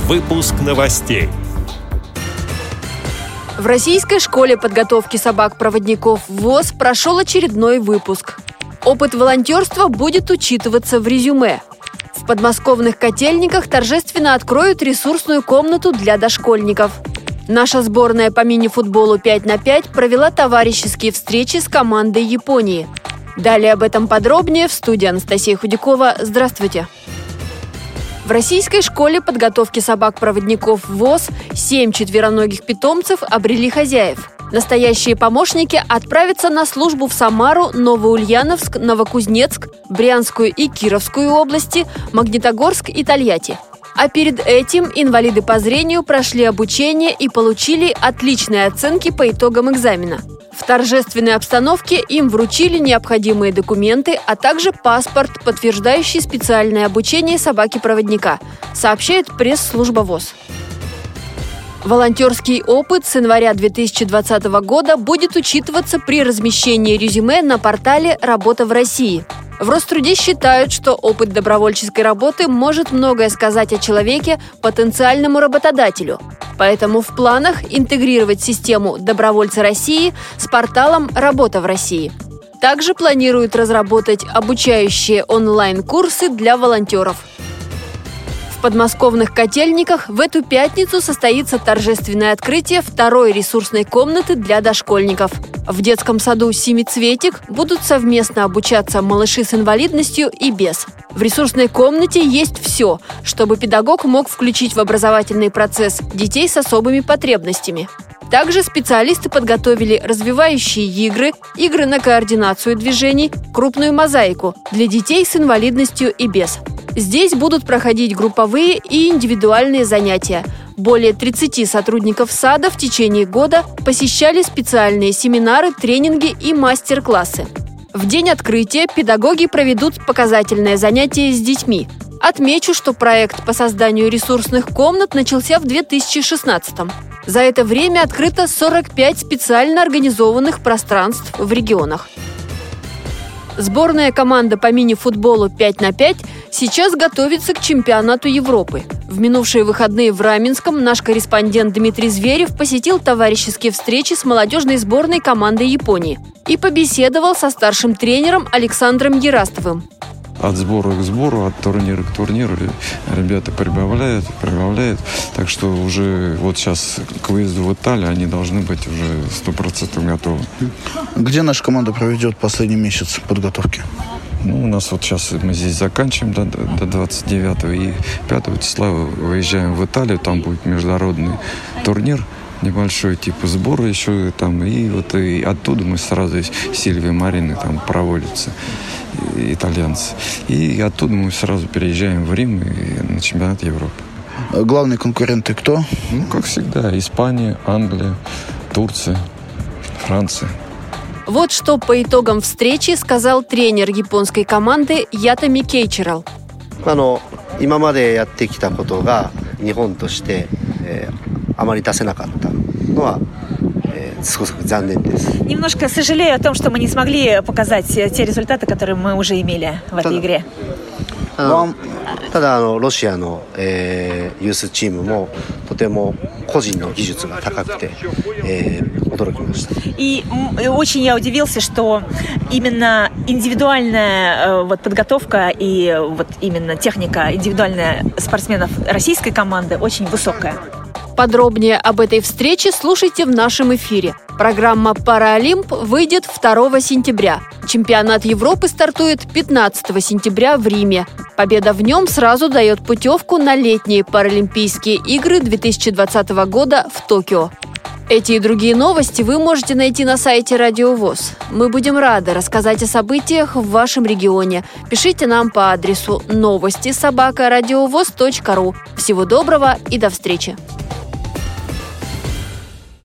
Выпуск новостей. В Российской школе подготовки собак-проводников ВОС прошел очередной выпуск. Опыт волонтерства будет учитываться в резюме. В подмосковных Котельниках торжественно откроют ресурсную комнату для дошкольников. Наша сборная по мини-футболу 5х5 провела товарищеские встречи с командой Японии. Далее об этом подробнее в студии Анастасия Худякова. Здравствуйте! В Российской школе подготовки собак-проводников ВОС 7 четвероногих питомцев обрели хозяев. Настоящие помощники отправятся на службу в Самару, Новоульяновск, Новокузнецк, Брянскую и Кировскую области, Магнитогорск и Тольятти. А перед этим инвалиды по зрению прошли обучение и получили отличные оценки по итогам экзамена. В торжественной обстановке им вручили необходимые документы, а также паспорт, подтверждающий специальное обучение собаки-проводника, сообщает пресс-служба ВОС. Волонтерский опыт с января 2020 года будет учитываться при размещении резюме на портале «Работа в России». В Роструде считают, что опыт добровольческой работы может многое сказать о человеке потенциальному работодателю. Поэтому в планах интегрировать систему «Добровольцы России» с порталом «Работа в России». Также планируют разработать обучающие онлайн-курсы для волонтеров. В подмосковных Котельниках в эту пятницу состоится торжественное открытие второй ресурсной комнаты для дошкольников. В детском саду «Семицветик» будут совместно обучаться малыши с инвалидностью и без. В ресурсной комнате есть все, чтобы педагог мог включить в образовательный процесс детей с особыми потребностями. Также специалисты подготовили развивающие игры, игры на координацию движений, крупную мозаику для детей с инвалидностью и без. Здесь будут проходить групповые и индивидуальные занятия. Более 30 сотрудников сада в течение года посещали специальные семинары, тренинги и мастер-классы. В день открытия педагоги проведут показательное занятие с детьми. Отмечу, что проект по созданию ресурсных комнат начался в 2016-м. За это время открыто 45 специально организованных пространств в регионах. Сборная команда по мини-футболу 5х5 сейчас готовится к чемпионату Европы. В минувшие выходные в Раменском наш корреспондент Дмитрий Зверев посетил товарищеские встречи с молодежной сборной командой Японии и побеседовал со старшим тренером Александром Ерастовым. От сбора к сбору, от турнира к турниру ребята прибавляют. Так что уже вот сейчас к выезду в Италию они должны быть уже 100% готовы. Где наша команда проведет последний месяц подготовки? У нас вот сейчас мы здесь заканчиваем до 29 и 5 числа выезжаем в Италию. Там будет международный турнир. Небольшой типа сбора еще там. И оттуда мы сразу с Сильвией Мариной там проводятся итальянцы. И оттуда мы сразу переезжаем в Рим и на чемпионат Европы. Главные конкуренты кто? Как всегда, Испания, Англия, Турция, Франция. Вот что по итогам встречи сказал тренер японской команды Ятами Кейчирал. 今までやってきたことが日本としてあまり出せなかったのはすごく残念です。 Немножко сожалею о том, что мы не смогли показать те результаты, которые мы уже имели в этой игре. ただロシアのユースチームもとても個人の技術が高くて驚きました。 И очень я удивился, что именно индивидуальная подготовка и именно техника индивидуальная спортсменов российской команды очень высокая. Подробнее об этой встрече слушайте в нашем эфире. Программа «Паралимп» выйдет 2 сентября. Чемпионат Европы стартует 15 сентября в Риме. Победа в нем сразу дает путевку на летние Паралимпийские игры 2020 года в Токио. Эти и другие новости вы можете найти на сайте Радио ВОС. Мы будем рады рассказать о событиях в вашем регионе. Пишите нам по адресу новости@радиовос.ру. Всего доброго и до встречи!